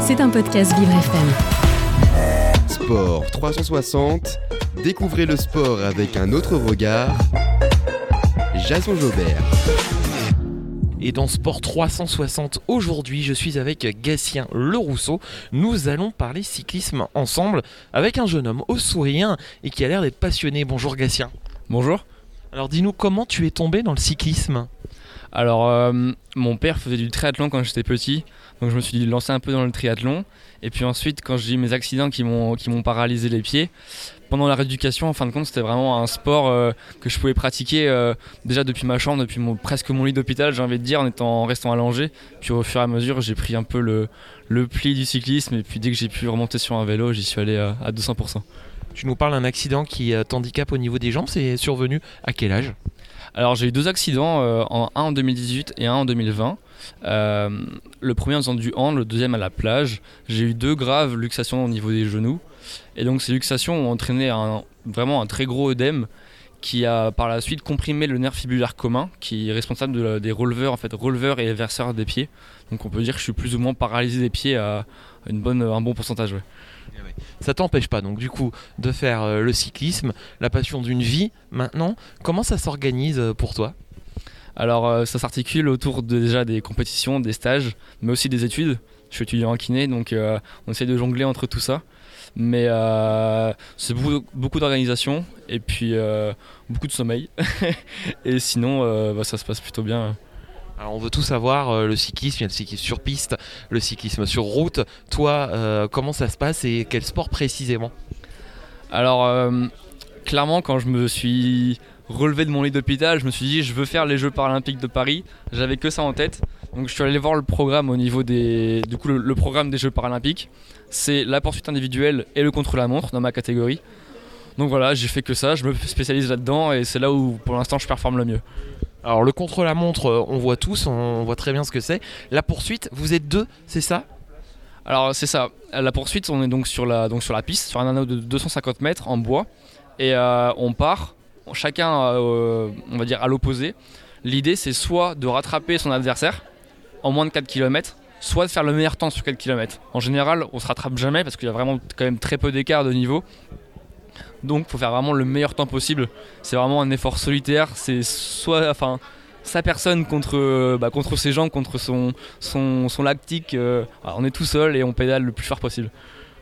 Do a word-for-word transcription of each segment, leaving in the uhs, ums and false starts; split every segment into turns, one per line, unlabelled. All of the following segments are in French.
C'est un podcast Vivre F M.
Sport trois cent soixante, découvrez le sport avec un autre regard. Jason Jobert.
Et dans Sport trois cent soixante, aujourd'hui, je suis avec Gatien Lerousseau. Nous allons parler cyclisme ensemble avec un jeune homme au sourire et qui a l'air d'être passionné. Bonjour Gatien.
Bonjour.
Alors dis-nous, comment tu es tombé dans le cyclisme ?
Alors, euh, mon père faisait du triathlon quand j'étais petit, donc je me suis lancé un peu dans le triathlon. Et puis ensuite, quand j'ai eu mes accidents qui m'ont, qui m'ont paralysé les pieds, pendant la rééducation, en fin de compte, c'était vraiment un sport euh, que je pouvais pratiquer euh, déjà depuis ma chambre, depuis mon, presque mon lit d'hôpital, j'ai envie de dire, en, étant, en restant allongé. Puis au fur et à mesure, j'ai pris un peu le, le pli du cyclisme, et puis dès que j'ai pu remonter sur un vélo, j'y suis allé à, à deux cents pour cent.
Tu nous parles d'un accident qui t'handicape au niveau des jambes, c'est survenu à quel âge ?
Alors j'ai eu deux accidents, euh, en, un en deux mille dix-huit et un en deux mille vingt. Euh, le premier en faisant du hand, le deuxième à la plage. J'ai eu deux graves luxations au niveau des genoux. Et donc ces luxations ont entraîné un, vraiment un très gros œdème qui a par la suite comprimé le nerf fibulaire commun, qui est responsable de la, des releveurs, en fait, releveurs et verseurs des pieds. Donc on peut dire que je suis plus ou moins paralysé des pieds à une bonne, un bon pourcentage. Ouais.
Ça t'empêche pas donc du coup de faire euh, le cyclisme, la passion d'une vie maintenant. Comment ça s'organise euh, pour toi ?
Alors euh, ça s'articule autour de, déjà des compétitions, des stages, mais aussi des études. Je suis étudiant en kiné, donc euh, on essaie de jongler entre tout ça. Mais euh, c'est beaucoup, beaucoup d'organisation et puis euh, beaucoup de sommeil. Et sinon, euh, bah, ça se passe plutôt bien.
Alors on veut tout savoir, euh, le cyclisme, il y a le cyclisme sur piste, le cyclisme sur route. Toi, euh, comment ça se passe et quel sport précisément ?
Alors, euh, clairement, quand je me suis relevé de mon lit d'hôpital, je me suis dit je veux faire les Jeux paralympiques de Paris. J'avais que ça en tête. Donc je suis allé voir le programme au niveau des... Du coup, le, le programme des Jeux paralympiques, c'est la poursuite individuelle et le contre-la-montre dans ma catégorie. Donc voilà, j'ai fait que ça, je me spécialise là-dedans et c'est là où pour l'instant je performe le mieux.
Alors le contre-la-montre, on voit tous, on voit très bien ce que c'est. La poursuite, vous êtes deux, c'est ça ?
Alors c'est ça, la poursuite, on est donc sur la, donc sur la piste, sur un anneau de deux cent cinquante mètres en bois. Et euh, on part, chacun euh, on va dire à l'opposé. L'idée c'est soit de rattraper son adversaire en moins de quatre kilomètres, soit de faire le meilleur temps sur quatre kilomètres. En général, on se rattrape jamais parce qu'il y a vraiment quand même très peu d'écart de niveau. Donc il faut faire vraiment le meilleur temps possible. C'est vraiment un effort solitaire. C'est soit enfin, sa personne contre, bah, contre ses jambes, contre son, son, son lactique. Euh, on est tout seul et on pédale le plus fort possible.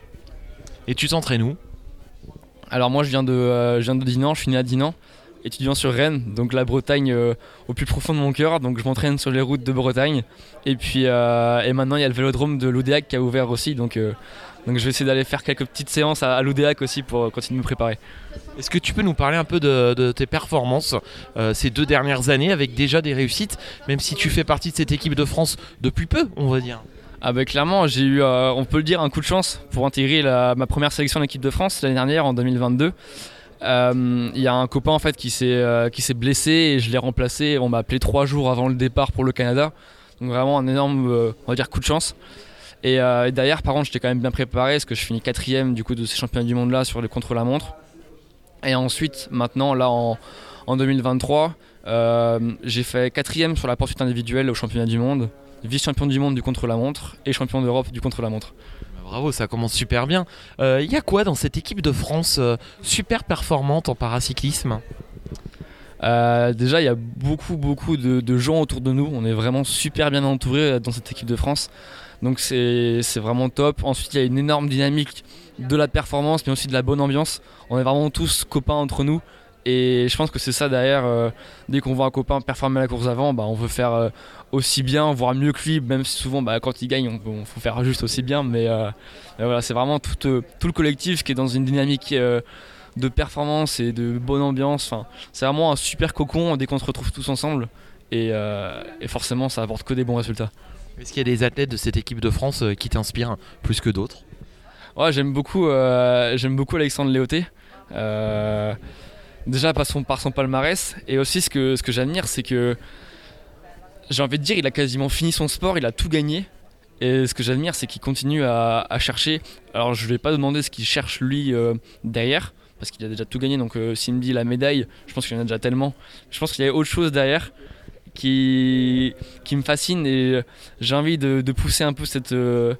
Et tu t'entraînes où ?
Alors moi je viens de, euh, je viens de Dinan, je suis né à Dinan, étudiant sur Rennes, donc la Bretagne euh, au plus profond de mon cœur. Donc je m'entraîne sur les routes de Bretagne. Et puis euh, et maintenant il y a le vélodrome de l'Oudéac qui a ouvert aussi. Donc, euh, Donc je vais essayer d'aller faire quelques petites séances à, à l'Oudéac aussi pour continuer de me préparer.
Est-ce que tu peux nous parler un peu de, de tes performances euh, ces deux dernières années avec déjà des réussites, même si tu fais partie de cette équipe de France depuis peu, on va dire ?
Ah bah clairement, j'ai eu, euh, on peut le dire, un coup de chance pour intégrer la, ma première sélection de l'équipe de France l'année dernière en deux mille vingt-deux. Il euh, y a un copain en fait qui s'est, euh, qui s'est blessé et je l'ai remplacé. On m'a appelé trois jours avant le départ pour le Canada. Donc vraiment un énorme, euh, on va dire, coup de chance. Et, euh, et derrière, par contre, j'étais quand même bien préparé parce que je finis quatrième du coup de ces championnats du monde là sur le contre-la-montre. Et ensuite, maintenant, là en, en deux mille vingt-trois, euh, j'ai fait quatrième sur la poursuite individuelle au championnat du monde, vice-champion du monde du contre-la-montre et champion d'Europe du contre-la-montre.
Bravo, ça commence super bien. Il euh, y a quoi dans cette équipe de France euh, super performante en paracyclisme ?
Euh, déjà il y a beaucoup beaucoup de, de gens autour de nous, on est vraiment super bien entourés dans cette équipe de France, donc c'est, c'est vraiment top. Ensuite il y a une énorme dynamique de la performance mais aussi de la bonne ambiance, on est vraiment tous copains entre nous et je pense que c'est ça derrière, euh, dès qu'on voit un copain performer à la course avant, bah, on veut faire euh, aussi bien, voire mieux que lui, même si souvent bah, quand il gagne on, on faut faire juste aussi bien, mais, euh, mais voilà, c'est vraiment tout, euh, tout le collectif qui est dans une dynamique euh, de performance et de bonne ambiance. Enfin, c'est vraiment un super cocon dès qu'on se retrouve tous ensemble et, euh, et forcément ça apporte que des bons résultats.
Est-ce qu'il y a des athlètes de cette équipe de France qui t'inspirent plus que d'autres ?
Ouais, j'aime beaucoup, euh, j'aime beaucoup Alexandre Léoté. Euh, déjà par son, par son palmarès et aussi ce que, ce que j'admire c'est que j'ai envie de dire il a quasiment fini son sport, il a tout gagné. Et ce que j'admire c'est qu'il continue à, à chercher. Alors je ne vais pas demander ce qu'il cherche lui euh, derrière parce qu'il a déjà tout gagné, donc euh, s'il me dit la médaille, je pense qu'il y en a déjà tellement. Je pense qu'il y a autre chose derrière qui, qui me fascine et j'ai envie de, de pousser un peu cette, euh,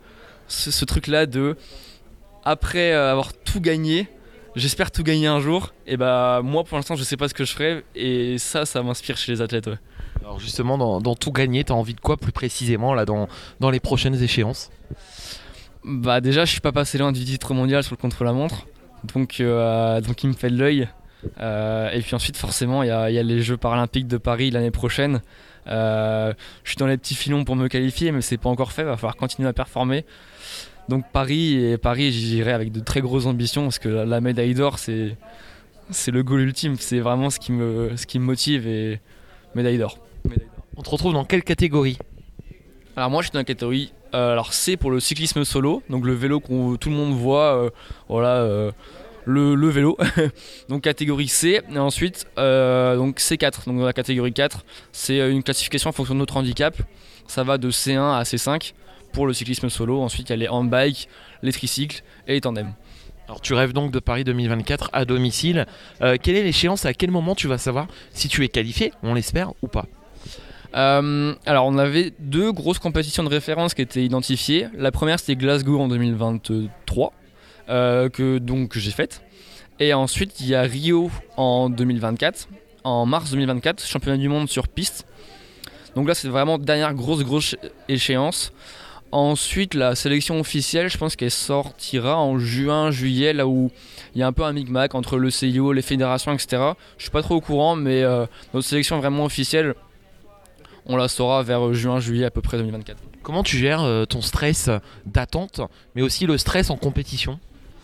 ce, ce truc-là de après avoir tout gagné, j'espère tout gagner un jour. Et bah moi pour l'instant je sais pas ce que je ferai et ça ça m'inspire chez les athlètes. Ouais.
Alors justement dans, dans tout gagner, t'as envie de quoi plus précisément là dans, dans les prochaines échéances?
Bah déjà je suis pas passé loin du titre mondial sur le contre-la-montre, donc, euh, donc il me fait de l'œil. Euh, et puis ensuite forcément il y a, y a les Jeux paralympiques de Paris l'année prochaine. Euh, je suis dans les petits filons pour me qualifier mais c'est pas encore fait, va falloir continuer à performer. Donc Paris, et Paris j'irai avec de très grosses ambitions parce que la, la médaille d'or c'est, c'est le goal ultime, c'est vraiment ce qui me, ce qui me motive et médaille d'or. médaille d'or.
On te retrouve dans quelle catégorie?
Alors moi je suis dans la catégorie euh, alors C pour le cyclisme solo, donc le vélo que tout le monde voit, euh, voilà euh, le, le vélo, donc catégorie C. Et ensuite euh, donc C quatre, donc dans la catégorie quatre, c'est une classification en fonction de notre handicap, ça va de C un à C cinq. Pour le cyclisme solo, ensuite il y a les handbikes, les tricycles et les tandems.
Alors tu rêves donc de Paris deux mille vingt-quatre à domicile. Euh, quelle est l'échéance? À quel moment tu vas savoir si tu es qualifié, on l'espère, ou pas?
euh, Alors on avait deux grosses compétitions de référence qui étaient identifiées. La première c'était Glasgow en deux mille vingt-trois, euh, que donc j'ai faite. Et ensuite il y a Rio en deux mille vingt-quatre, en mars deux mille vingt-quatre, championnat du monde sur piste. Donc là c'est vraiment dernière grosse grosse échéance. Ensuite, la sélection officielle, je pense qu'elle sortira en juin, juillet, là où il y a un peu un micmac entre le C I O, les fédérations, et cetera. Je suis pas trop au courant, mais euh, notre sélection vraiment officielle, on la saura vers juin, juillet à peu près deux mille vingt-quatre.
Comment tu gères euh, ton stress d'attente, mais aussi le stress en compétition?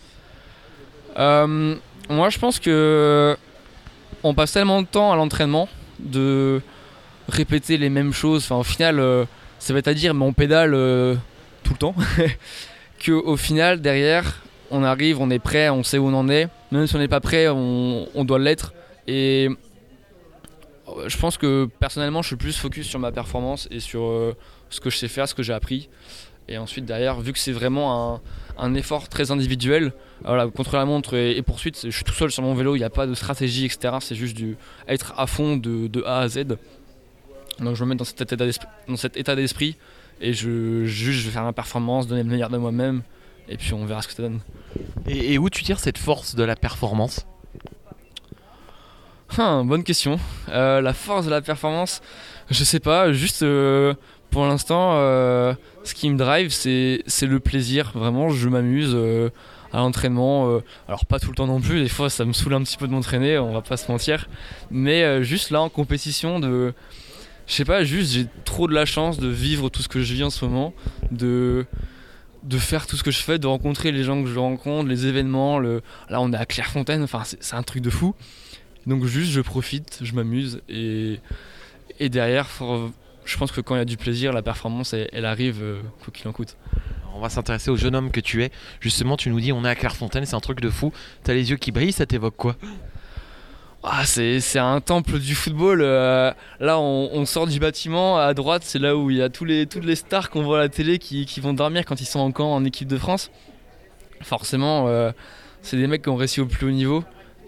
euh, Moi, je pense que on passe tellement de temps à l'entraînement de répéter les mêmes choses. Enfin, au final. Euh, Ça va être à dire, mais on pédale euh, tout le temps. Qu'au final, derrière, on arrive, on est prêt, on sait où on en est. Même si on n'est pas prêt, on, on doit l'être. Et je pense que personnellement, je suis plus focus sur ma performance et sur euh, ce que je sais faire, ce que j'ai appris. Et ensuite, derrière, vu que c'est vraiment un, un effort très individuel, voilà, contre la montre et, et poursuite, je suis tout seul sur mon vélo, il n'y a pas de stratégie, et cetera. C'est juste du, être à fond de, de A à Z. Donc je me mets dans cet état d'esprit, dans cet état d'esprit et je, juste, je vais faire ma performance, donner le meilleur de moi-même et puis on verra ce que ça donne.
Et, et où tu tires cette force de la performance?
Hum, bonne question. Euh, la force de la performance, je sais pas, juste euh, pour l'instant, euh, ce qui me drive, c'est, c'est le plaisir. Vraiment, je m'amuse euh, à l'entraînement. Euh, alors pas tout le temps non plus, des fois ça me saoule un petit peu de m'entraîner, on va pas se mentir. Mais euh, juste là en compétition de... Je sais pas, juste j'ai trop de la chance de vivre tout ce que je vis en ce moment, de, de faire tout ce que je fais, de rencontrer les gens que je rencontre, les événements. Le... Là on est à Clairefontaine, enfin c'est, c'est un truc de fou. Donc juste je profite, je m'amuse et, et derrière, faut, je pense que quand il y a du plaisir, la performance elle, elle arrive euh, quoi qu'il en coûte.
On va s'intéresser au jeune homme que tu es. Justement tu nous dis on est à Clairefontaine, c'est un truc de fou. T'as les yeux qui brillent, ça t'évoque quoi?
Ah, c'est, c'est un temple du football. Euh, là, on, on sort du bâtiment. À droite, c'est là où il y a tous les, toutes les stars qu'on voit à la télé qui, qui vont dormir quand ils sont en camp en équipe de France. Forcément, euh, c'est des mecs qui ont réussi au plus haut niveau.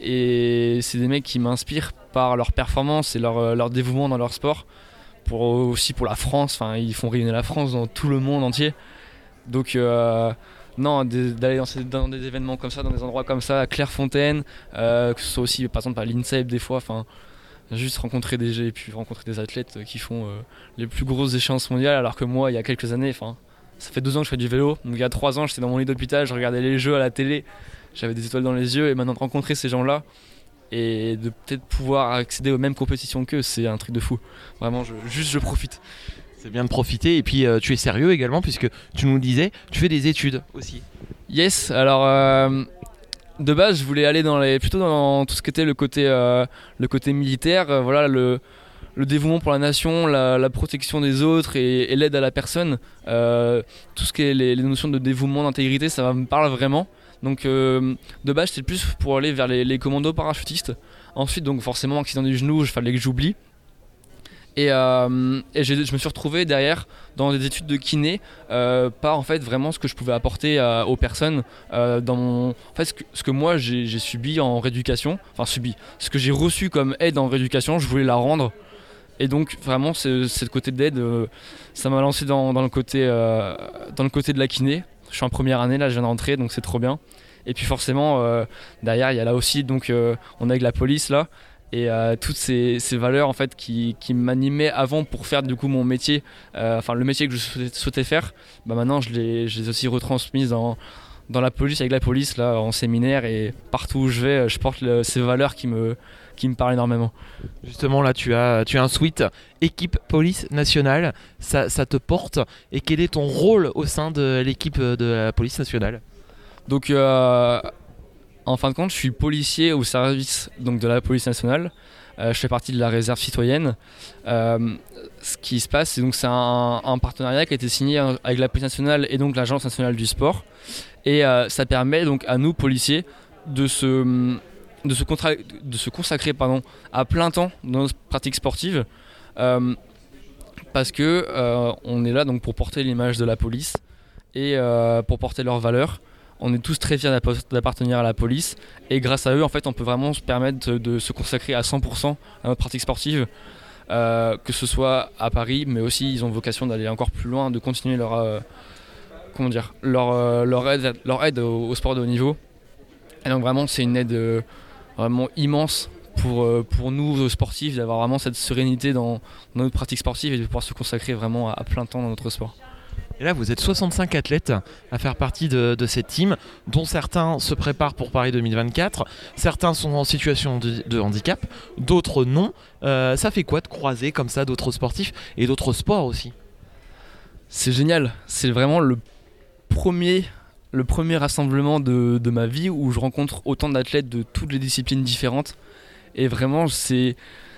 Et c'est des mecs qui m'inspirent par leur performance et leur, leur dévouement dans leur sport. Pour, aussi pour la France. Enfin, ils font rayonner la France dans tout le monde entier. Donc... Euh, Non, d'aller dans, ces, dans des événements comme ça, dans des endroits comme ça, à Clairefontaine, euh, que ce soit aussi par exemple à l'INSEP des fois, enfin, juste rencontrer des gens et puis rencontrer des athlètes qui font euh, les plus grosses échéances mondiales, alors que moi, il y a quelques années, enfin, ça fait deux ans que je fais du vélo, donc il y a trois ans, j'étais dans mon lit d'hôpital, je regardais les jeux à la télé, j'avais des étoiles dans les yeux, et maintenant de rencontrer ces gens-là et de peut-être pouvoir accéder aux mêmes compétitions qu'eux, c'est un truc de fou. Vraiment, je, juste je profite.
C'est bien de profiter et puis euh, tu es sérieux également puisque tu nous le disais, tu fais des études aussi.
Yes, alors euh, de base je voulais aller dans les, plutôt dans tout ce qui était le côté, euh, le côté militaire, euh, voilà, le, le dévouement pour la nation, la, la protection des autres et, et l'aide à la personne. Euh, tout ce qui est les, les notions de dévouement, d'intégrité, ça me parle vraiment. Donc euh, de base c'était plus pour aller vers les, les commandos parachutistes. Ensuite donc forcément accident du genou, il fallait que j'oublie. Et, euh, et je me suis retrouvé derrière dans des études de kiné euh, par en fait vraiment ce que je pouvais apporter euh, aux personnes euh, dans mon, en fait ce que, ce que moi j'ai, j'ai subi en rééducation, enfin subi, ce que j'ai reçu comme aide en rééducation, je voulais la rendre Et donc vraiment ce, ce côté d'aide, euh, ça m'a lancé dans, dans, le côté, euh, dans le côté de la kiné. Je suis en première année, là je viens de rentrer, donc c'est trop bien. Et puis forcément, euh, derrière il y a là aussi, donc euh, on est avec la police là. Et euh, toutes ces, ces valeurs en fait qui, qui m'animaient avant pour faire du coup mon métier, euh, enfin le métier que je souhaitais, souhaitais faire, bah maintenant je les, je les ai aussi retransmises dans, dans la police, avec la police là en séminaire, et partout où je vais je porte le, ces valeurs qui me, qui me parlent énormément.
Justement là tu as, tu as un sweat équipe police nationale, ça, ça te porte, et quel est ton rôle au sein de l'équipe de la police nationale?
Donc euh, en fin de compte, je suis policier au service donc, de la police nationale. Euh, je fais partie de la réserve citoyenne. Euh, ce qui se passe, c'est donc c'est un, un partenariat qui a été signé avec la police nationale et donc l'agence nationale du sport. Et euh, ça permet donc à nous policiers de se, de se, contra- de se consacrer pardon, à plein temps dans nos pratiques sportives, euh, parce que euh, on est là donc pour porter l'image de la police et euh, pour porter leurs valeurs. On est tous très fiers d'appartenir à la police, et grâce à eux, en fait, on peut vraiment se permettre de, de se consacrer à cent pour cent à notre pratique sportive, euh, que ce soit à Paris, mais aussi ils ont vocation d'aller encore plus loin, de continuer leur, euh, comment dire, leur, euh, leur aide, leur aide au, au sport de haut niveau. Et donc vraiment, c'est une aide euh, vraiment immense pour, euh, pour nous sportifs, d'avoir vraiment cette sérénité dans, dans notre pratique sportive et de pouvoir se consacrer vraiment à, à plein temps dans notre sport.
Et là, vous êtes soixante-cinq athlètes à faire partie de, de cette team, dont certains se préparent pour Paris deux mille vingt-quatre, certains sont en situation de, de handicap, d'autres non. Euh, ça fait quoi de croiser comme ça d'autres sportifs et d'autres sports aussi?
C'est génial, c'est vraiment le premier, le premier rassemblement de, de ma vie où je rencontre autant d'athlètes de toutes les disciplines différentes. Et vraiment, c'est...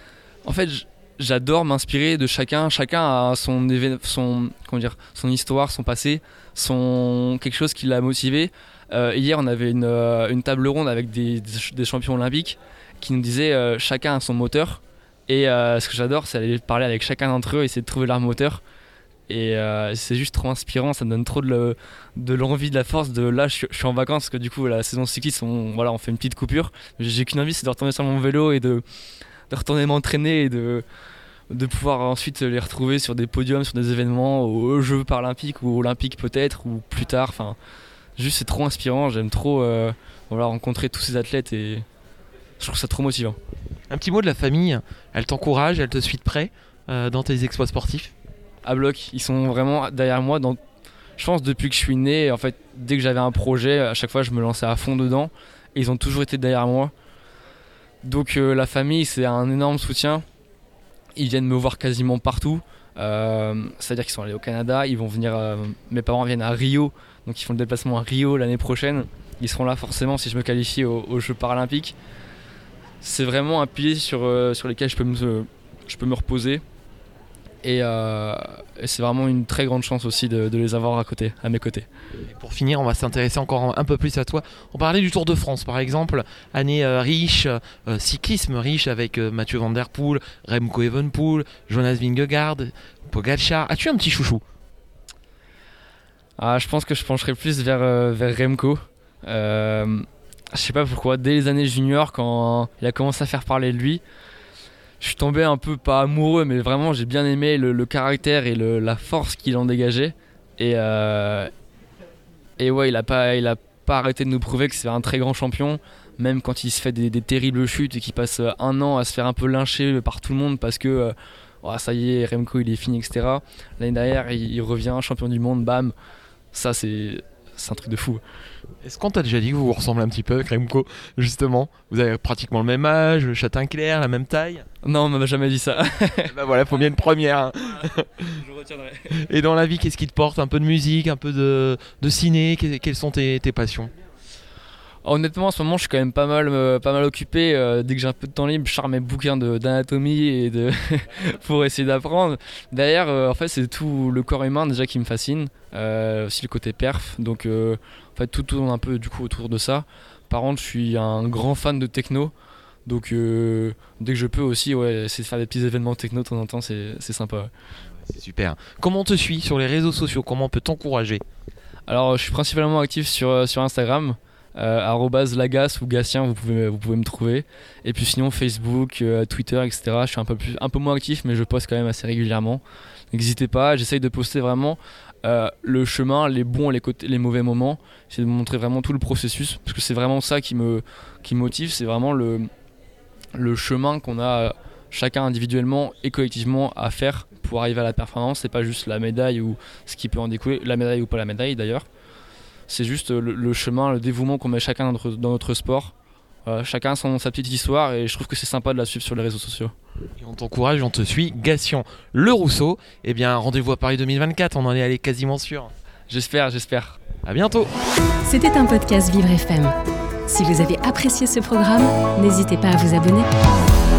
En fait, j'adore m'inspirer de chacun. Chacun a son, évén- son, comment dire, son histoire, son passé, son, quelque chose qui l'a motivé. Euh, hier, on avait une, euh, une table ronde avec des, des champions olympiques qui nous disaient euh, chacun a son moteur. Et euh, ce que j'adore, c'est aller parler avec chacun d'entre eux, essayer de trouver leur moteur. Et euh, c'est juste trop inspirant, ça me donne trop de, le, de l'envie, de la force. De là, je suis, je suis en vacances parce que du coup, la saison cycliste, on, voilà, on fait une petite coupure. J'ai qu'une envie, c'est de retourner sur mon vélo et de, de retourner m'entraîner et de, de pouvoir ensuite les retrouver sur des podiums, sur des événements, aux Jeux paralympiques ou olympiques peut-être, ou plus tard. Enfin, juste, c'est trop inspirant. J'aime trop euh, voilà, rencontrer tous ces athlètes et je trouve ça trop motivant.
Un petit mot de la famille, elle t'encourage, elle te suit de près euh, dans tes exploits sportifs?
À bloc, ils sont vraiment derrière moi. Dans, je pense depuis que je suis né, en fait, dès que j'avais un projet, à chaque fois je me lançais à fond dedans. Et ils ont toujours été derrière moi. Donc euh, la famille, c'est un énorme soutien. Ils viennent me voir quasiment partout. Euh, c'est-à-dire qu'ils sont allés au Canada, ils vont venir. Euh, mes parents viennent à Rio, donc ils font le déplacement à Rio l'année prochaine. Ils seront là forcément si je me qualifie aux, aux Jeux paralympiques. C'est vraiment un pilier sur, euh, sur lequel je peux me, je peux me reposer. Et, euh, et c'est vraiment une très grande chance aussi de, de les avoir à côté, à mes côtés.
Et pour finir, on va s'intéresser encore un peu plus à toi. On parlait du Tour de France par exemple, année euh, riche, euh, cyclisme riche avec euh, Mathieu Van Der Poel, Remco Evenepoel, Jonas Vingegaard, Pogacar. As-tu un petit chouchou?
Ah, je pense que je pencherais plus vers, euh, vers Remco. Euh, je sais pas pourquoi, dès les années juniors, quand il a commencé à faire parler de lui, je suis tombé un peu, pas amoureux, mais vraiment j'ai bien aimé le, le caractère et le, la force qu'il en dégageait. Et, euh, et ouais, il a, pas, il a pas arrêté de nous prouver que c'est un très grand champion, même quand il se fait des, des terribles chutes et qu'il passe un an à se faire un peu lyncher par tout le monde parce que euh, oh, ça y est, Remco il est fini, et cetera. L'année dernière, il, il revient champion du monde, bam. Ça, c'est, c'est un truc de fou.
Est-ce qu'on t'a déjà dit que vous vous ressemblez un petit peu avec Remco, justement? Vous avez pratiquement le même âge, le châtain clair, la même taille?
Non, on m'a jamais dit ça.
Bah voilà, faut bien une première. Hein.
Je retiendrai.
Et dans la vie, qu'est-ce qui te porte? Un peu de musique, un peu de, de ciné? Quelles sont tes, tes passions?
Honnêtement, en ce moment, je suis quand même pas mal, euh, pas mal occupé. Euh, dès que j'ai un peu de temps libre, je sors mes bouquins de, d'anatomie et de pour essayer d'apprendre. D'ailleurs, euh, en fait, c'est tout le corps humain déjà qui me fascine. Euh, aussi le côté perf. Donc, euh, en fait, tout tourne un peu du coup autour de ça. Par contre, je suis un grand fan de techno. Donc, euh, dès que je peux aussi, ouais, essayer de faire des petits événements techno de temps en temps, c'est, c'est sympa. Ouais.
C'est super. Comment on te suit sur les réseaux sociaux? Comment on peut t'encourager?
Alors, je suis principalement actif sur, sur Instagram. Euh, arrobase Lagasse ou Gatien, vous pouvez, vous pouvez me trouver. Et puis sinon Facebook, euh, Twitter, et cetera. Je suis un peu, plus, un peu moins actif, mais je poste quand même assez régulièrement. N'hésitez pas, j'essaye de poster vraiment euh, le chemin, les bons et les, côtés, les mauvais moments. J'essaie de montrer vraiment tout le processus, parce que c'est vraiment ça qui me, qui me motive, c'est vraiment le, le chemin qu'on a chacun individuellement et collectivement à faire pour arriver à la performance. C'est pas juste la médaille ou ce qui peut en découler, la médaille ou pas la médaille d'ailleurs. C'est juste le, le chemin, le dévouement qu'on met chacun dans notre, dans notre sport. Euh, chacun son, sa petite histoire et je trouve que c'est sympa de la suivre sur les réseaux sociaux.
Et on t'encourage, on te suit. Gatien Le Rousseau, eh bien rendez-vous à Paris deux mille vingt-quatre, on en est allé quasiment sûr.
J'espère, j'espère.
À bientôt.
C'était un podcast Vivre F M. Si vous avez apprécié ce programme, n'hésitez pas à vous abonner.